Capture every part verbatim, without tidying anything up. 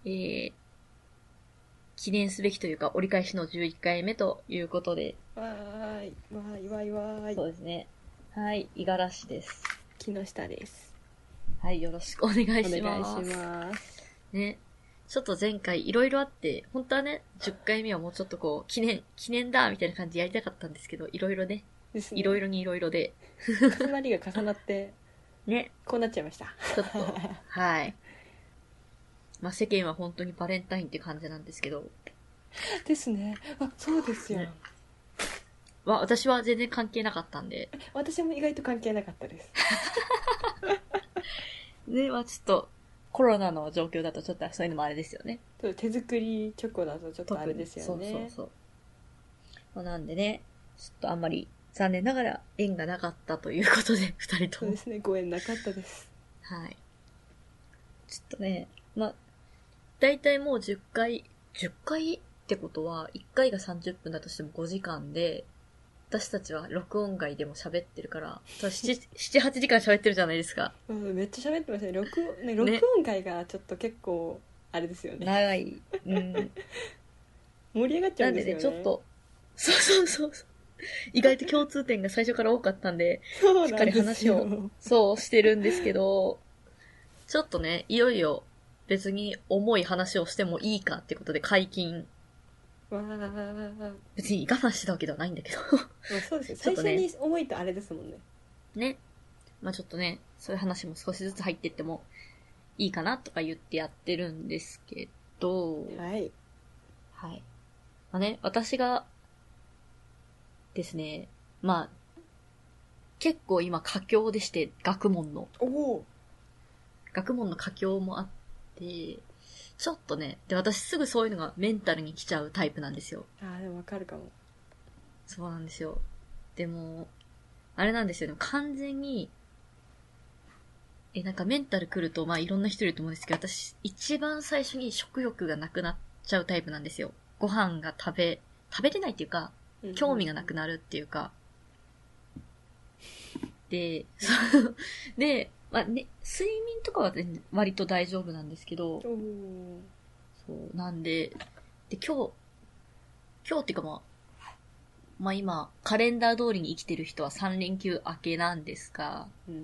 えー、記念すべきというか折り返しのじゅういっかいめということで。 わーい、わーい、わーい、わーい。 そうですね。はい、五十嵐です。 木下です。 はい、よろしくお願いします。 お願いします。ね。 ちょっと前回いろいろあって、本当はね、じゅっかいめはもうちょっとこう、記念、記念だみたいな感じでやりたかったんですけど、いろいろね、いろいろにいろいろで。 重なりが重なって、 ね。 こうなっちゃいました。 ちょっと、はい。まあ世間は本当にバレンタインって感じなんですけど。 ですね。あ、そうですよ。ね、 わ、私は全然関係なかったんで。 私も意外と関係なかったです。 ね、まあちょっと、コロナの状況だとちょっとそういうのもあれですよね。 手作りチョコだとちょっとあれですよね。 そうそうそう。まあ、なんでね、ちょっとあんまり残念ながら縁がなかったということで、二人とも。 そうですね、ご縁なかったです。 はい。ちょっとね、まあ、だいたいもうじゅっかい、じゅっかいってことは、いっかいがさんじゅっぷんだとしてもごじかんで、私たちは録音外でも喋ってるから、なな、はちじかん喋ってるじゃないですか。 うん、めっちゃ喋ってましたね。録音、ね、録音会がちょっと結構、あれですよね。 長い。うん。 盛り上がっちゃうんですよね。 なんでね、ちょっと、そうそうそうそう。意外と共通点が最初から多かったんで、しっかり話を、そうしてるんですけど、ちょっとね、いよいよ別に重い話をしてもいいかってことで解禁。 わー、 別に我慢してたわけではないんだけど。 まあそうですね。最初に重いとあれですもんね。 ね。まあちょっとね、そういう話も少しずつ入ってってもいいかなとか言ってやってるんですけど、 はい。 はい。まあね、私がですね、まあ、結構今佳境でして、学問の。 おお。 学問の佳境もあって、ちょっとね、で、私すぐそういうのがメンタルに来ちゃうタイプなんですよ。 ああ、でもわかるかも。 そうなんですよ。でも、あれなんですよね。完全に、え、なんかメンタル来ると、まあいろんな人いると思うんですけど、私、一番最初に食欲がなくなっちゃうタイプなんですよ。ご飯が食べ、食べれないっていうか、興味がなくなるっていうか。で、そう、で、まあね、睡眠とかは、ね、割と大丈夫なんですけど、そう、なんで、で、今日、今日っていうかまあ、まあ今、カレンダー通りに生きてる人はさん連休明けなんですが、 うんうん、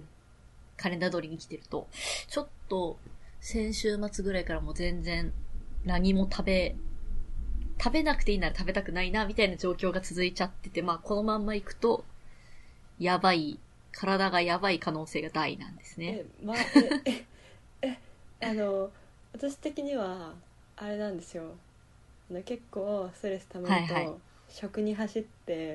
カレンダー通りに生きてると、ちょっと、先週末ぐらいからもう全然何も食べ、食べなくていいなら食べたくないな、みたいな状況が続いちゃってて、まあこのまんま行くと、やばい、体がやばい可能性が大なんですね。 え、まあ、え、え、え、あの、私的には、あれなんですよ。結構ストレス溜まると、はいはい、食に走って、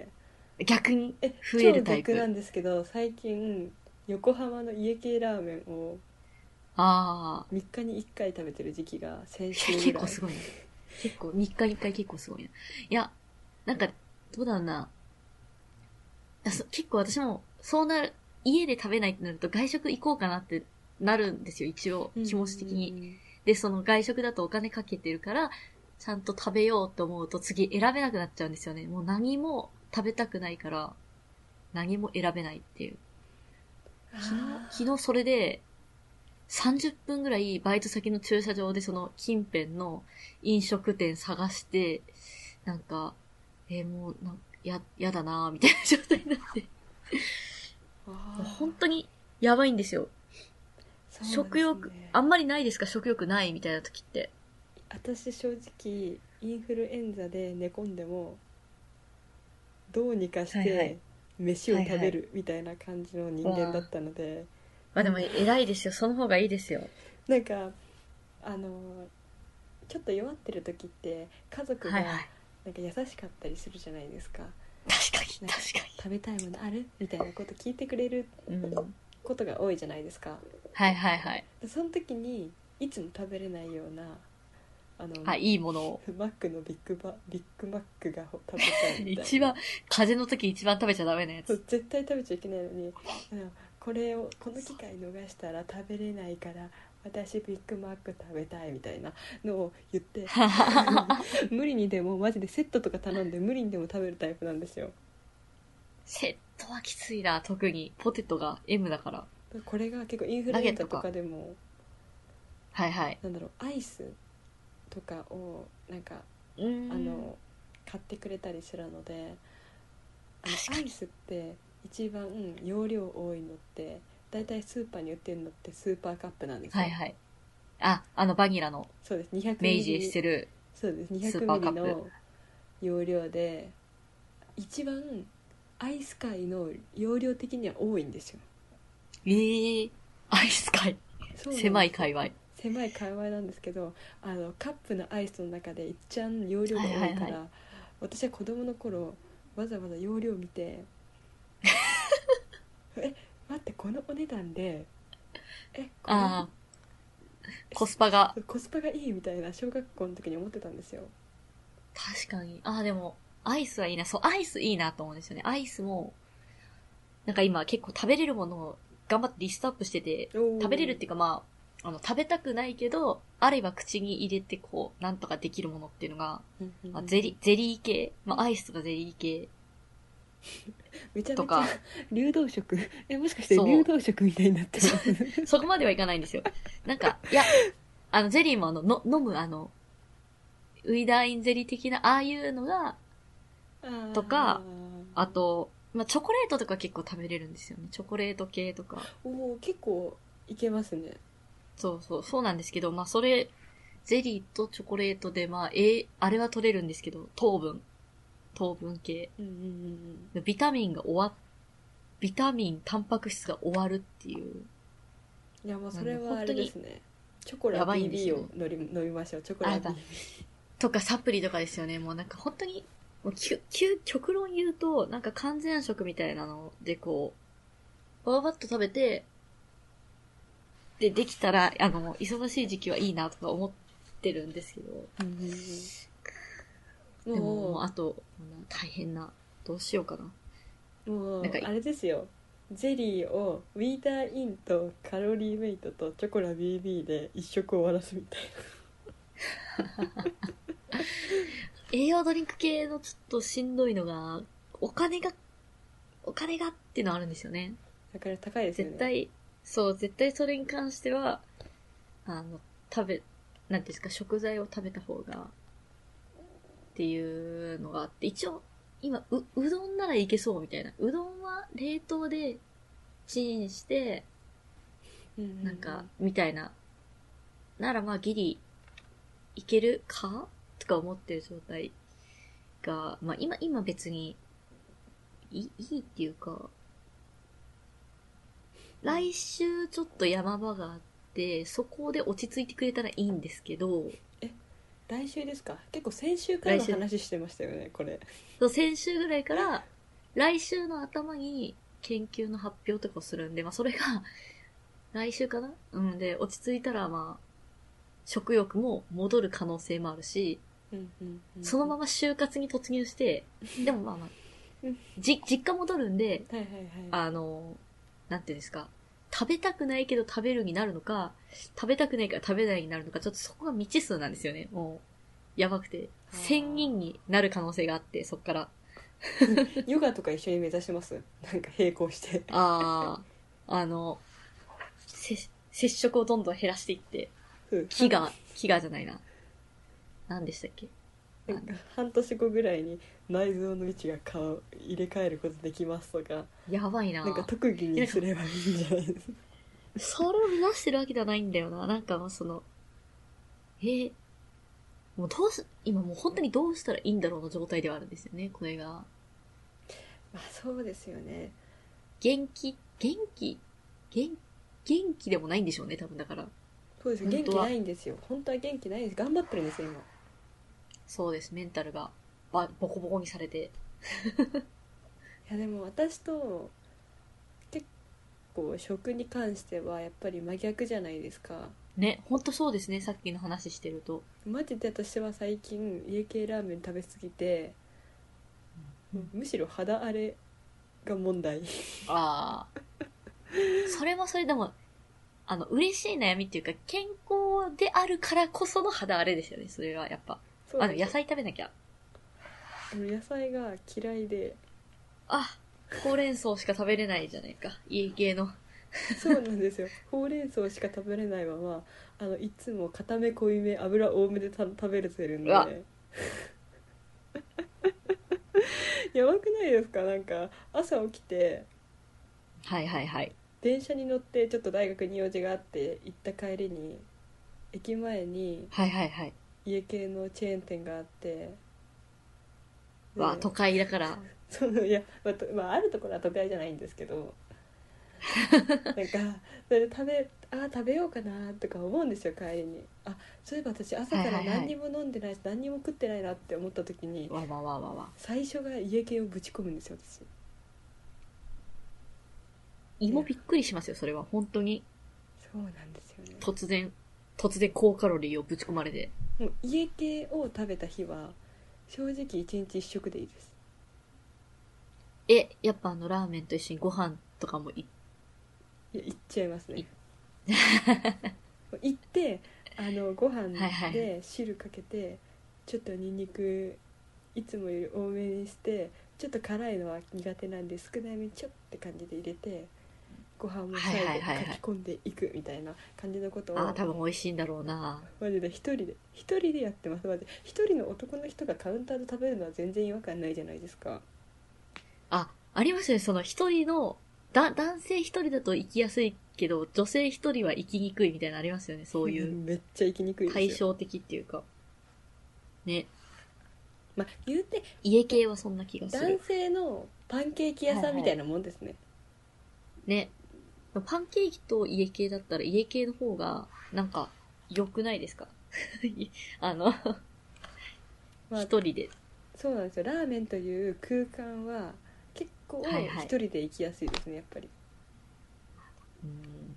逆に増えるタイプ。 超逆なんですけど、最近、横浜の家系ラーメンを、 ああ。 みっかにいっかい食べてる時期が先週ぐらい。 結構すごいね。結構、みっかにいっかい結構すごいね。いや、なんか、どうだろうな。結構私も、そうなる、家で食べないってなると外食行こうかなってなるんですよ、一応。気持ち的に。で、その外食だとお金かけてるから、ちゃんと食べようと思うと次選べなくなっちゃうんですよね。もう何も食べたくないから、何も選べないっていう。昨日、昨日それで、さんじゅっぷんぐらいバイト先の駐車場でその近辺の飲食店探して、なんか、えー、もうなんかや、やだなーみたいな状態になって。本当にやばいんですよ。すね、食欲、あんまりないですか？食欲ないみたいな時って。 私正直、インフルエンザで寝込んでも、どうにかして飯を食べるみたいな感じの人間だったので、はいはい、 まあでも偉いですよ。その方がいいですよ。 なんかあのちょっと弱ってる時って家族がなんか優しかったりするじゃないですか。 確かに確かに。 食べたいものあるみたいなこと聞いてくれることが多いじゃないですか。 はいはいはい。 その時にいつも食べれないようなあのあいいものをマックのビッグバビッグマックが食べたいみたいな。 一番風邪の時一番食べちゃダメなやつ。 絶対食べちゃいけないのに、これをこの機会逃したら食べれないから私ビッグマック食べたいみたいなのを言って無理にでもマジでセットとか頼んで無理にでも食べるタイプなんですよ。 セットはきついな。特にポテトが エム だから。 これが結構インフルエンザとかでもはいはい。 なんだろう、アイスとかをなんかうーん。 あの買ってくれたりするので、あの確かに。 アイスって一番容量多いのってだいたいスーパーに売ってるのってスーパーカップなんですよ。 はいはい。あ、あのバニラのそうです、200 明治ミリ、 してるそうです200 スーミパーカップ。 リの容量で一番アイス界の容量的には多いんですよ。 えー、アイス界。 そうなんですよ。 狭い界隈。 狭い界隈なんですけど、あのカップのアイスの中で一番容量はがいはいはい。 多いから、私は子供の頃わざわざ容量見てえ待って、このお値段でえこれああ、コスパが。 コスパがいいみたいな小学校の時に思ってたんですよ。 確かに。ああ、でも、アイスはいいな。そう、アイスいいなと思うんですよね。アイスも、なんか今結構食べれるものを頑張ってリストアップしてて、 お食べれるっお。 ていうかまあ、あの、食べたくないけど、あれば口に入れてこう、なんとかできるものっていうのが、まあ、ゼリー、ゼリー系、まあ、アイスとかゼリー系めちゃめちゃとか、 流動食えもしかして流そ動食みたいになってう、 ます？ そこまではいかないんですよ。なんか、いや、あの、ゼリーもあの、の飲むあの、ウイダーインゼリー的な、ああいうのが、 あーとか、あと、まあ、チョコレートとか結構食べれるんですよね。チョコレート系とか。 おお、結構いけますね。 そうそう、そうなんですけど、まあ、それ、ゼリーとチョコレートで、まあ、えー、あれは取れるんですけど、糖分、糖分系。 うんうんうんビタミンが終わっ、ビタミン、タンパク質が終わるっていう。 うん。いやもうそなんで、 れはあれ本当にですね。チョコラやばいんですビービーよね。 を飲み飲みましょう。チョコあ、 ラやっぱ、 ビービー。 とかサプリとかですよね。もうなんか本当に、もうきゅ、きゅ、極論言うと、なんか完全食みたいなのでこう、バババッと食べて、で、できたら、あの、忙しい時期はいいなとか思ってるんですけど、 うんうんうん、 でも、もうもあと、大変な、どうしようかな。 うもなんか、 うあれですよ。ゼリーをウィーダーインとカロリーメイトとチョコラ ビービー で一食終わらすみたい栄養ドリンク系のちょっとしんどいのが、お金が、お金がっていうのはあるんですよね。 な。だから高いですよね。 絶対、そう、絶対それに関しては、あの、食べ、なんていうんですか、食材を食べた方が、っていうのがあって、一応、今、う、うどんならいけそうみたいな。うどんは冷凍でチンして、 うんうんうん、 なんか、みたいな。ならまあギリ、いけるかとか思ってる状態が、まあ今、今別に、いい、いいっていうか、来週ちょっと山場があって、そこで落ち着いてくれたらいいんですけど、 え来週ですか？結構先週からの来週、 話してましたよねこれ。 そう先週ぐらいから、来週の頭に研究の発表とかをするんで、まあそれが、来週かなうんで、落ち着いたらまあ、食欲も戻る可能性もあるし、 うんうんうん、 そのまま就活に突入して、でもまあまあ、じ、実家戻るんで、 はいはいはい。 あの、なんていうんですか、食べたくないけど食べるになるのか、食べたくないから食べないになるのか、ちょっとそこが未知数なんですよね。もう、やばくて。千人になる可能性があって、そっから。 ヨガとか一緒に目指します？なんか並行して。 ああ、あの、せ、接触をどんどん減らしていって、 うん、 飢餓、飢餓じゃないな。何でしたっけ？ なんか半年後ぐらいに内臓の位置が顔入れ替えることできますとか、 やばいなんかな。 特技にすればいいんじゃないですか？ それを目指してるわけではないんだよな。なんかもうその、えーもうどうす、今もう本当にどうしたらいいんだろうの状態ではあるんですよね、これが。 まあそうですよね。 元気、元気、元、元気でもないんでしょうね、多分だから。 そうですよ、元気な本当は。 いんですよ。本当は元気ないんです。頑張ってるんですよ今。いそうです、メンタルが、ば、ボコボコにされて。 やでも私と結構食に関してはやっぱり真逆じゃないですか。 ね、ほんとそうですね、さっきの話してると。 マジで私は最近家系ラーメン食べ過ぎて、 うん、 むしろ肌荒れが問題。 ああ。それもそれでも、あの、嬉しい悩みっていうか、健康であるからこその肌荒れですよね、それはやっぱ。あの、 そうなんですよ。 野菜食べなきゃ。 あの野菜が嫌いで。 あ、ほうれん草しか食べれないじゃないか。家系の。 そうなんですよ。ほうれん草しか食べれないままあのいつも固め濃いめ油多めでた食べれてるんでうわやばくないですか？なんか朝起きてはいはいはい。 電車に乗ってちょっと大学に用事があって行った帰りに駅前にはいはいはい。 家系のチェーン店があって、 わ、都会だから。 そのいや、まあとまあ、あるところは都会じゃないんですけどなんかそれで食べあ食べようかなとか思うんですよ帰りに。あそういえば私朝から何にも飲んでないし、何にも食ってないなって思った時にわわわわわ。 最初が家系をぶち込むんですよ私。 胃もびっくりしますよ、それは。本当に。 そうなんですよね。 突然、突然高カロリーをぶち込まれて。 もう家系を食べた日は正直一日一食でいいです。 え、やっぱあのラーメンと一緒にご飯とかもい、 いや行っちゃいますねい行ってあのご飯はいはいで汁かけてちょっとニンニクいつもより多めにしてちょっと辛いのは苦手なんで少なめにちょって感じで入れてご飯も最後はいはいはいはいかき込んでいくみたいな感じのことをああ、多分美味しいんだろうな。 マジで一人で一人でやってます。マジで一人の男の人がカウンターで食べるのは全然違和感ないじゃないですか。 あ、ありますよね。その一人の、だ、男性一人だと生きやすいけど、女性一人は生きにくいみたいなのありますよね。そういう。 めっちゃ行きにくいですよ。 対照的っていうか。ね。 まあ言うて家系はそんな気がす男る。 性のパンケーキ屋さんみたいなもんですね。 ね。パンケーキと家系だったら家系の方が、なんか、良くないですか？あの、 まあ一人で。 そうなんですよ。ラーメンという空間は結構はいはい一人で行きやすいですねやっぱり。 うん。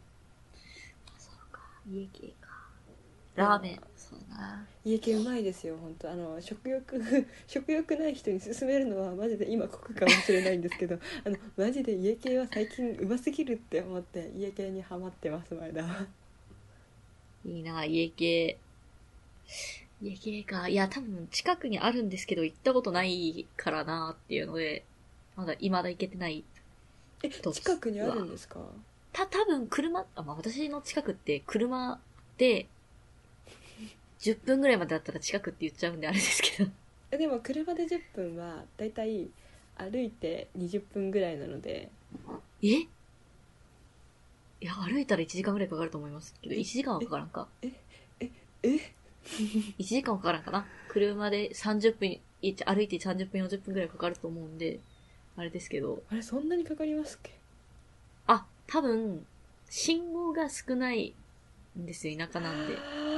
そうか。家系か。ラーメン。そうだな。 家系うまいですよ本当。あの食欲食欲ない人に勧めるのはマジで今酷かもしれないんですけどあのマジで家系は最近うますぎるって思って家系にハマってます前田は。 いいな、家系。家系か。いや、多分近くにあるんですけど、行ったことないからなっていうので、まだ、未だ行けてない。 え近くにあるんですか？ た、多分車、あ、まあ、私の近くって車で、じゅっぷんぐらいまでだったら近くって言っちゃうんであれですけど。 えでも車でじゅっぷんはだいたい歩いてにじゅっぷんぐらいなので。 えいや、歩いたらいちじかんぐらいかかると思いますけど、いちじかんはかからんか。 えええいちじかんはかからんかな。車でさんじゅっぷん、い歩いてさんじゅっぷんよんじゅっぷんぐらいかかると思うんで、あれですけど。 あれそんなにかかりますっけ？ あ、多分、信号が少ないんですよ、田舎なんで。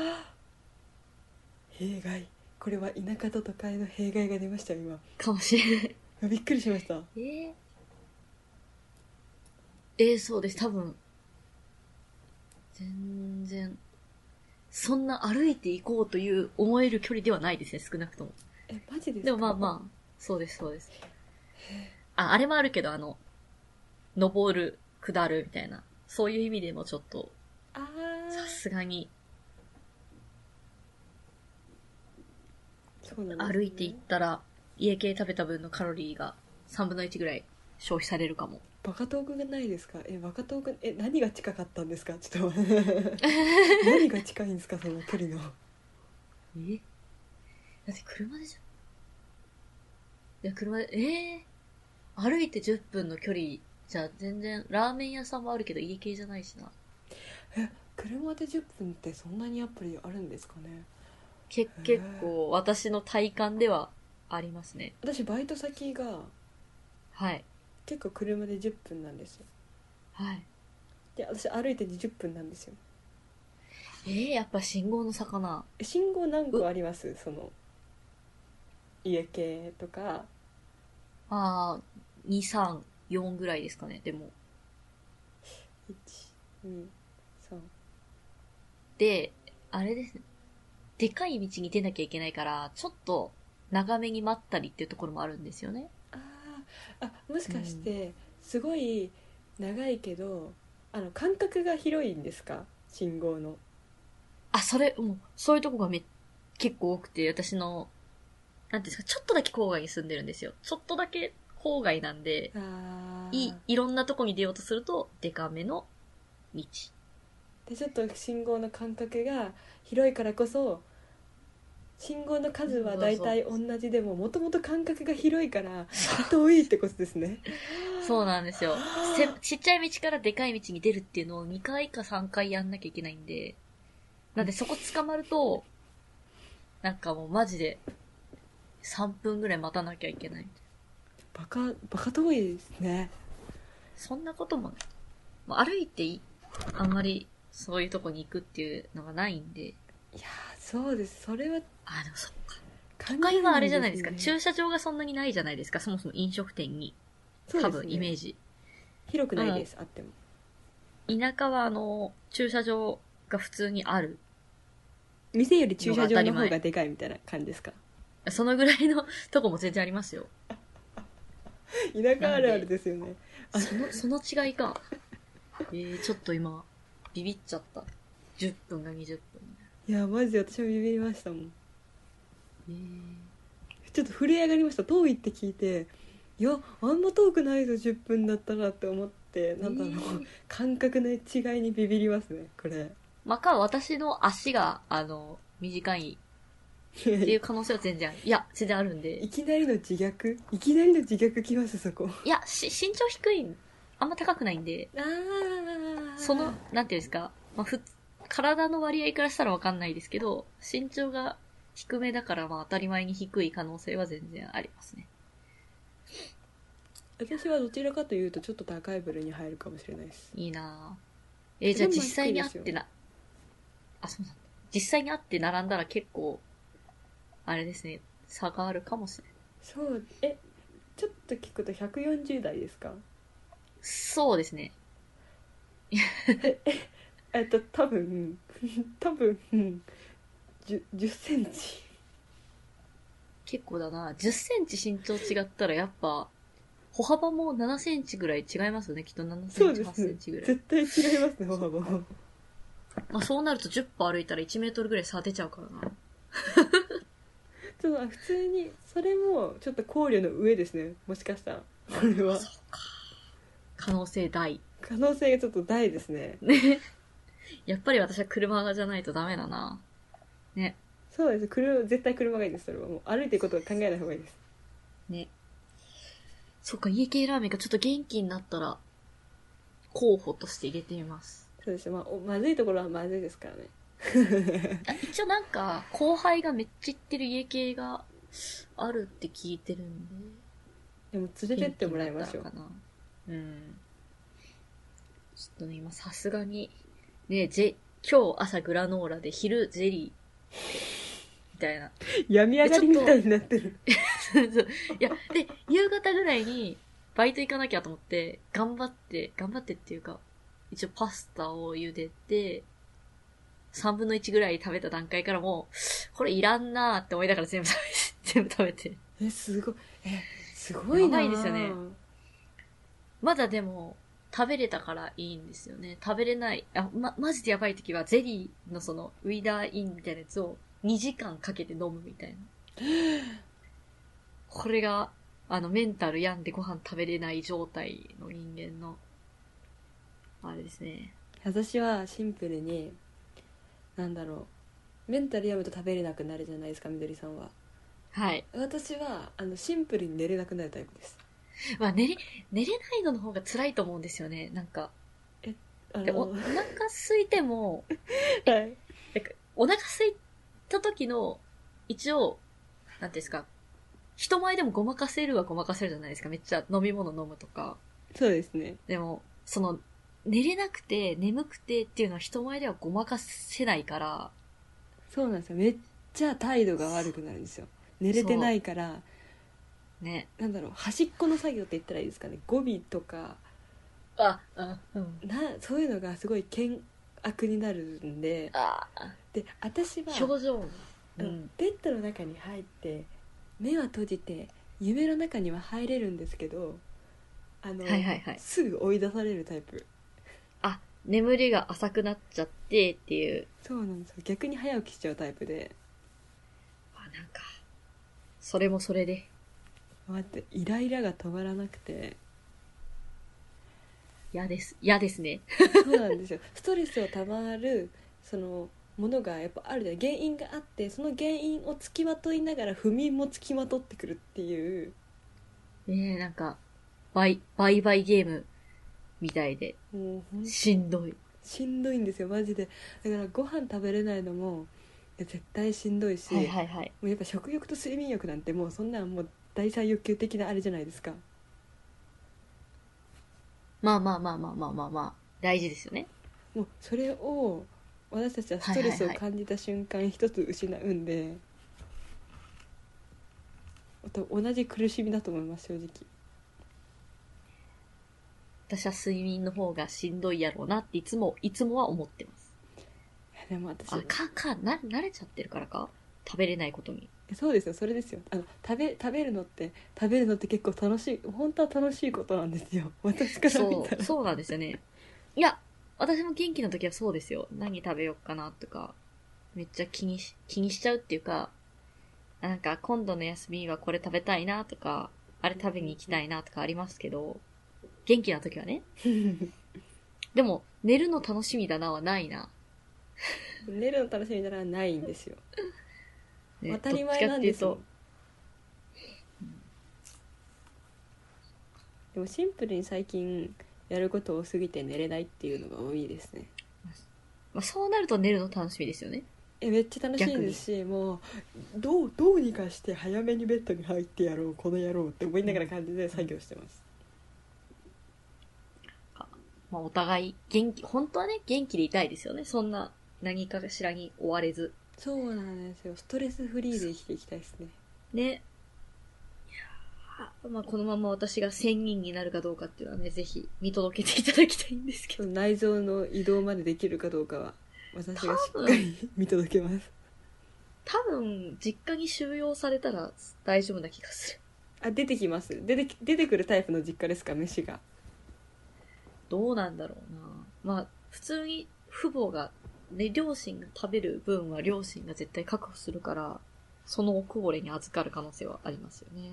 弊害。これは田舎と都会の弊害が出ました今。 かもしれない。 びっくりしました。 えー、えー、そうです、多分。全然、そんな歩いて行こうという思える距離ではないですね、少なくとも。 えマジですか？ でもまあまあ、そうです、そうです。あ、あれもあるけど、あの、登る、下るみたいな。そういう意味でもちょっと、 あさすがに、 そうなんですね、 歩いて行ったら、家系食べた分のカロリーがさんぶんのいちぐらい消費されるかも。 バカ遠くがないですか？えバカ遠くえ何が近かったんですか？ちょっと何が近いんですかその距離の。 えだって車でしょ。いや、車で、えー、歩いてじゅっぷんの距離じゃ全然、ラーメン屋さんもあるけど家系じゃないしな。 え車でじゅっぷんってそんなにアプリあるんですかね？ け結構私の体感ではありますね。 私バイト先がはい。 結構車でじゅっぷんなんですよ。 はい。 で私歩いてにじゅっぷんなんですよ。 えー、やっぱ信号の差かな。 信号何個あります？その家系とか。 あー、に、さん、よんぐらいですかね、でも。 いち、に、さん。 で、あれですね。でかい道に出なきゃいけないから、ちょっと長めに待ったりっていうところもあるんですよね。 ああ、もしかしてすごい長いけど、あの間隔が広いんですか？信号の。 あ、それ、もう、そういうとこがめ、結構多くて、私の、なんていうんですか、ちょっとだけ郊外に住んでるんですよ。ちょっとだけ郊外なんで、 あい、いろんなとこに出ようとすると、デカめの道。 でちょっと信号の間隔が広いからこそ信号の数はだいたい同じでももともと間隔が広いから遠いってことですね。 そうなんですよ。せちっちゃい道からでかい道に出るっていうのをにかいかさんかいやんなきゃいけないんで、なんでそこ捕まるとなんかもうマジでさんぷんぐらい待たなきゃいけない。 バカバカ遠いですね。 そんなこともない。もう歩いていあんまりそういうとこに行くっていうのがないんで。 いやそうです。それはあ、でもそっか。 都都会はあれじゃないですか。駐車場がそんなにないじゃないですか。そもそも飲食店に。多分イメージ。 広くないです、あっても。 田舎はあの、駐車場が普通にある。 店より駐車場の方がでかいみたいな感じですか？ そのぐらいのとこも全然ありますよ。 田舎あるあるですよね。 その、その違いか。えー、ちょっと今、ビビっちゃった。じゅっぷんがにじゅっぷん。 いや、マジで私もビビりましたもん。 えー、 ちょっと震え上がりました。遠いって聞いて、いや、あんま遠くないぞ、じゅっぷんだったらって思って、なんだろう、えー、感覚の違いにビビりますね、これ。 まあ、か、私の足が、あの、短いっていう可能性は全然ある。いや、全然あるんで。 いきなりの自虐いきなりの自虐きます、そこ。 いや、し、身長低い、あんま高くないんで。 あー。 その、なんていうんですか、まあ、ふ、体の割合からしたらわかんないですけど、身長が低めだから、まあ当たり前に低い可能性は全然ありますね。 私はどちらかというと、ちょっと高い部類に入るかもしれないです。 いいなぁ。えー、じゃあ実際に会ってな、あ、そうなんだ。実際に会って並んだら結構、あれですね、差があるかもしれない。 そう、え、ちょっと聞くとひゃくよんじゅう代ですか？ そうですね。 え、えっと、多分、多分、じゅ、じゅっセンチ。 結構だな。じゅっセンチ身長違ったらやっぱ、歩幅もななセンチぐらい違いますよね。きっとななセンチ、はちセンチぐらい。 絶対違いますね、歩幅も。 まあそうなるとじゅっぽ歩いたらいちメートルぐらい差出ちゃうからな。 ちょっと普通に、それもちょっと考慮の上ですね。もしかしたら。これは。 そうか。可能性大。 可能性がちょっと大ですね。 ね。やっぱり私は車じゃないとダメだな。ね。 そうです。車、絶対車がいいです。それはもう歩いていくことは考えない方がいいです。 ね。そっか、家系ラーメンがちょっと元気になったら、候補として入れてみます。 そうです。まあ、まずいところはまずいですからね。 あ、一応なんか、後輩がめっちゃ行ってる家系があるって聞いてるんで。 でも連れてってもらいましょう。 かな。うん。ちょっとね、今さすがに、ね、ジェ、今日朝グラノーラで昼ゼリー、みたいな。 病み上がりみたいになってる。 そうそう。いや、で、夕方ぐらいにバイト行かなきゃと思って、頑張って、頑張ってっていうか、一応パスタを茹でて、さんぶんのいちぐらい食べた段階からもう、これいらんなーって思いながら全部食べて、全部食べて。 え、すごい、え、すごいなー。 やばいですよね。まだでも、食べれたからいいんですよね。食べれない、あ、ま、マジでやばい時はゼリーのその、ウィダーインみたいなやつをにじかんかけて飲むみたいな。これが、あの、メンタル病んでご飯食べれない状態の人間の、あれですね。 私はシンプルに、なんだろう、メンタル病むと食べれなくなるじゃないですか、みどりさんは。 はい。 私はあのシンプルに寝れなくなるタイプです。 まあ、寝れ、寝れないのの方が辛いと思うんですよね。なんか。 え、あのでお、お腹空いても、 はい。 なんかお腹空いた時の、一応、なんていうんですか、人前でもごまかせるはごまかせるじゃないですか。めっちゃ飲み物飲むとか。 そうですね。 でも、その、寝れなくて、眠くてっていうのは人前ではごまかせないから。 そうなんですよ。めっちゃ態度が悪くなるんですよ。寝れてないから。 ね。 なんだろう、端っこの作業って言ったらいいですかね。語尾とか、 あ、あ、うん。 な、そういうのがすごい険悪になるんで。 あ、 で、私は、 表情。 うん、ベッドの中に入って、目は閉じて、夢の中には入れるんですけど、あの、 はいはいはい。 すぐ追い出されるタイプ。 あ、眠りが浅くなっちゃってっていう。 そうなんですよ。逆に早起きしちゃうタイプで。 あ、なんか、それもそれで。 待って、イライラが止まらなくて、 嫌です。嫌ですね。 そうなんですよ。ストレスをたまるそのものがやっぱあるじゃん。原因があって、その原因をつきまといながら不眠もつきまとってくるっていう。 ねえ、なんか、バイ、バイバイゲームみたいで、 もうほんしんどい。 しんどいんですよマジで。だからご飯食べれないのも絶対しんどいし、 はいはいはい。 もうやっぱ食欲と睡眠欲なんてもうそんなんもう第三欲求的なあれじゃないですか。 まあまあまあまあまあまあまあ、大事ですよね。 もうそれを私たちはストレスを感じた瞬間一つ失うんで、同じ苦しみだと思います正直。 私は睡眠の方がしんどいやろうなっていつも、いつもは思ってます。 いやでも私あ、か、か、な、慣れちゃってるからか食べれないことに。 そうですよ、それですよ。あの食べ食べるのって食べるのって結構楽しい、本当は楽しいことなんですよ私から見たら。 そう、そうなんですよね。いや、私も元気な時はそうですよ。何食べようかなとか、めっちゃ気にし、気にしちゃうっていうか、なんか今度の休みはこれ食べたいなとか、あれ食べに行きたいなとかありますけど、元気な時はね。でも、寝るの楽しみだなはないな。 寝るの楽しみならないんですよ、 ね、 当たり前なんですよ。 どっちかでもシンプルに最近やること多すぎて寝れないっていうのが多いですね。 まあ、そうなると寝るの楽しみですよね。 えめっちゃ楽しいですし、もうどうどうにかして早めにベッドに入ってやろうこの野郎って思いながら感じで作業してます、 まあ、お互い元気、本当はね、元気でいたいですよね。そんな何かしらに追われず。 そうなんですよ。ストレスフリーで生きていきたいですね。 ね。いやまあ、このまま私が仙人になるかどうかっていうのはね、ぜひ見届けていただきたいんですけど。 内臓の移動までできるかどうかは私がしっかり見届けます。 多分、実家に収容されたら大丈夫な気がする。 あ、出てきます。出て出てくるタイプの実家ですか、飯が。 どうなんだろうな。まあ、普通に父母が、ね、両親が食べる分は両親が絶対確保するから、そのおこぼれに預かる可能性はありますよね。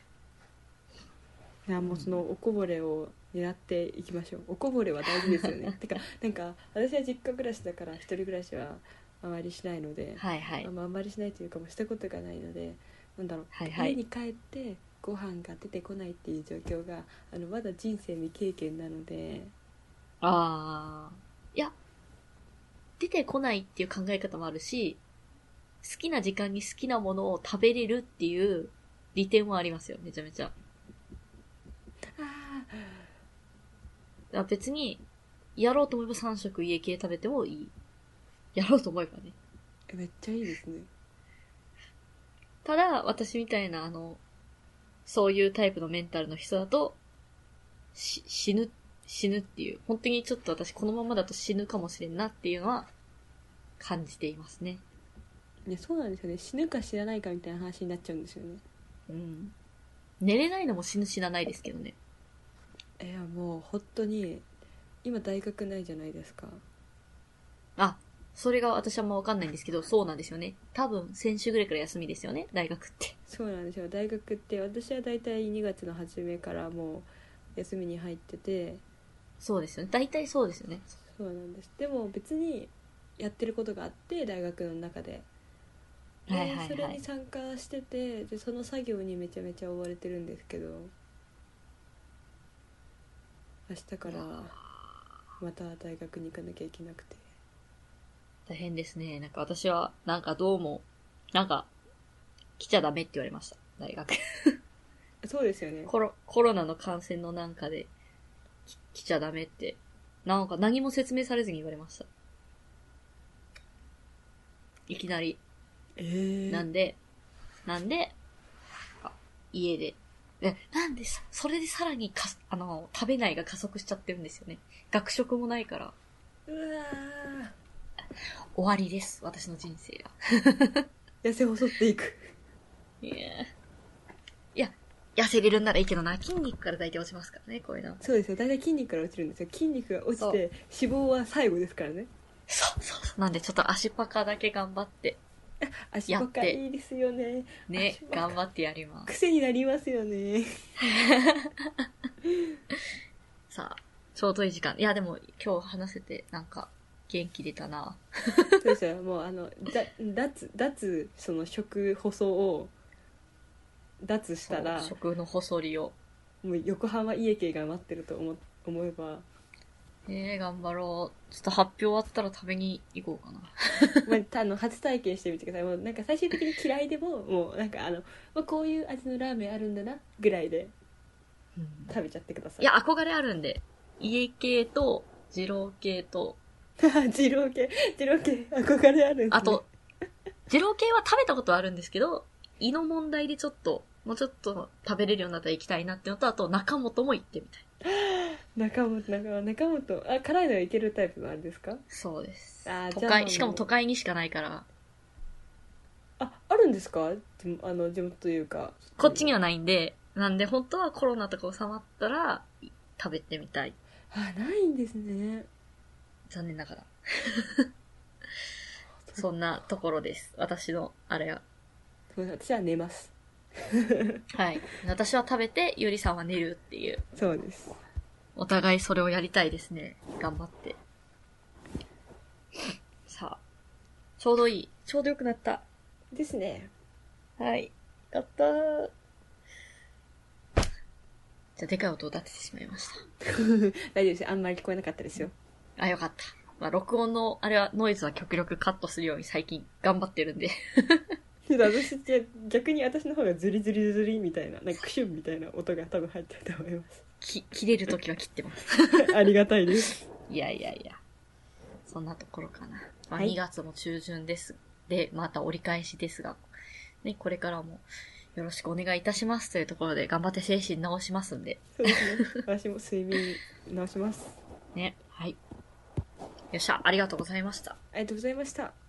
いやもうそのおこぼれを狙っていきましょう。おこぼれは大事ですよねてかなんか私は実家暮らしだから一人暮らしはあまりしないので、 はいはい。 あんまりしないというかもうしたことがないので、なんだろう、 はいはい、 家に帰ってご飯が出てこないっていう状況があのまだ人生未経験なので。 ああ、いや、出てこないっていう考え方もあるし、好きな時間に好きなものを食べれるっていう利点はありますよ、めちゃめちゃ。ああ、別に、やろうと思えばさん食家系食べてもいい。やろうと思えばね。 めっちゃいいですね。 ただ、私みたいな、あの、そういうタイプのメンタルの人だと、し、死ぬ、死ぬっていう、本当にちょっと私このままだと死ぬかもしれんなっていうのは、感じていますね。 いや、そうなんですよね。死ぬか死なないかみたいな話になっちゃうんですよね。 うん。寝れないのも死ぬ死なないですけどね。 いや、もう本当に、今大学ないじゃないですか。 あ、それが私はあんまわかんないんですけど、そうなんですよね。多分、先週ぐらいから休みですよね、大学って。 そうなんですよ。大学って私はだいたいにがつの初めからもう休みに入ってて。 そうですよね。大体そうですよね。 そうなんです。でも別にやってることがあって、大学の中で。で、 はいはいはい、 それに参加してて、でその作業にめちゃめちゃ追われてるんですけど、明日からまた大学に行かなきゃいけなくて大変ですね。なんか私は、なんかどうも、なんか、来ちゃダメって言われました。大学。 そうですよね。 コロ、コロナの感染のなんかで、来ちゃダメって、なんか何も説明されずに言われました。いきなり。 えー、 なんで、なんで、家で。え、なんでさ、それでさらにか、あの、食べないが加速しちゃってるんですよね。学食もないから。 うわ終わりです、私の人生が。 痩せ細っていく。 いや、いや、痩せれるんならいいけどな、筋肉から大体落ちますからね、こういうの。 そうですよ。大体筋肉から落ちるんですよ。筋肉が落ちて脂肪は最後ですからね。 そうそうそう。なんでちょっと足パカだけ頑張って。 足パカいいですよね。 ね、頑張ってやります。 癖になりますよね。 さあ、ちちょうどいい時間。いや、でも今日話せて、なんか、元気出たな。 そうですよ。もうあの、だ脱、脱、その食細を、脱したら、 食の細りを。 もう横浜家系が待ってると思思えば、 えー、頑張ろう。ちょっと発表終わったら食べに行こうかな。 まあ、あの初体験してみてください。もうなんか最終的に嫌いでももうなんかあの、まあ、こういう味のラーメンあるんだなぐらいで食べちゃってください。 いや、憧れあるんで。家系と、二郎系と、 二郎系二郎系憧れあるんです、ね、 あと、二郎系は食べたことはあるんですけど、胃の問題でちょっと、もうちょっと食べれるようになったら行きたいなってのと、あと中本も行ってみたい。 中本中本中本あ、辛いのいけるタイプのあれですか？ そうです。 あ、 都会、しかも都会にしかないから。 あ、あるんですか？あの地元というか。 こっちにはないんで、なんで本当はコロナとか収まったら食べてみたい。 あ、ないんですね。 残念ながら。そんなところです。私のあれは。 私は寝ます。 はい。私は食べて、ゆりさんは寝るっていう。 そうです。 お互いそれをやりたいですね。頑張って。さあ。ちょうどいい。ちょうどよくなった。 ですね。 はい。やったー。じゃあ、でかい音を立ててしまいました。 大丈夫です。あんまり聞こえなかったですよ。 あ、よかった。まあ、録音の、あれは、ノイズは極力カットするように最近頑張ってるんで。 私じゃ逆に私の方がズリズリズリみたいな、なんかクシュンみたいな音が多分入ってると思います。 き、切れるときは切ってます。 ありがたいです。 いやいやいや。そんなところかな。まあ、 はい、 にがつも中旬です。で、また折り返しですが、ね、これからもよろしくお願いいたしますというところで頑張って精神直しますんで。 そうですね。私も睡眠直します。 ね、はい。よっしゃ、ありがとうございました。 ありがとうございました。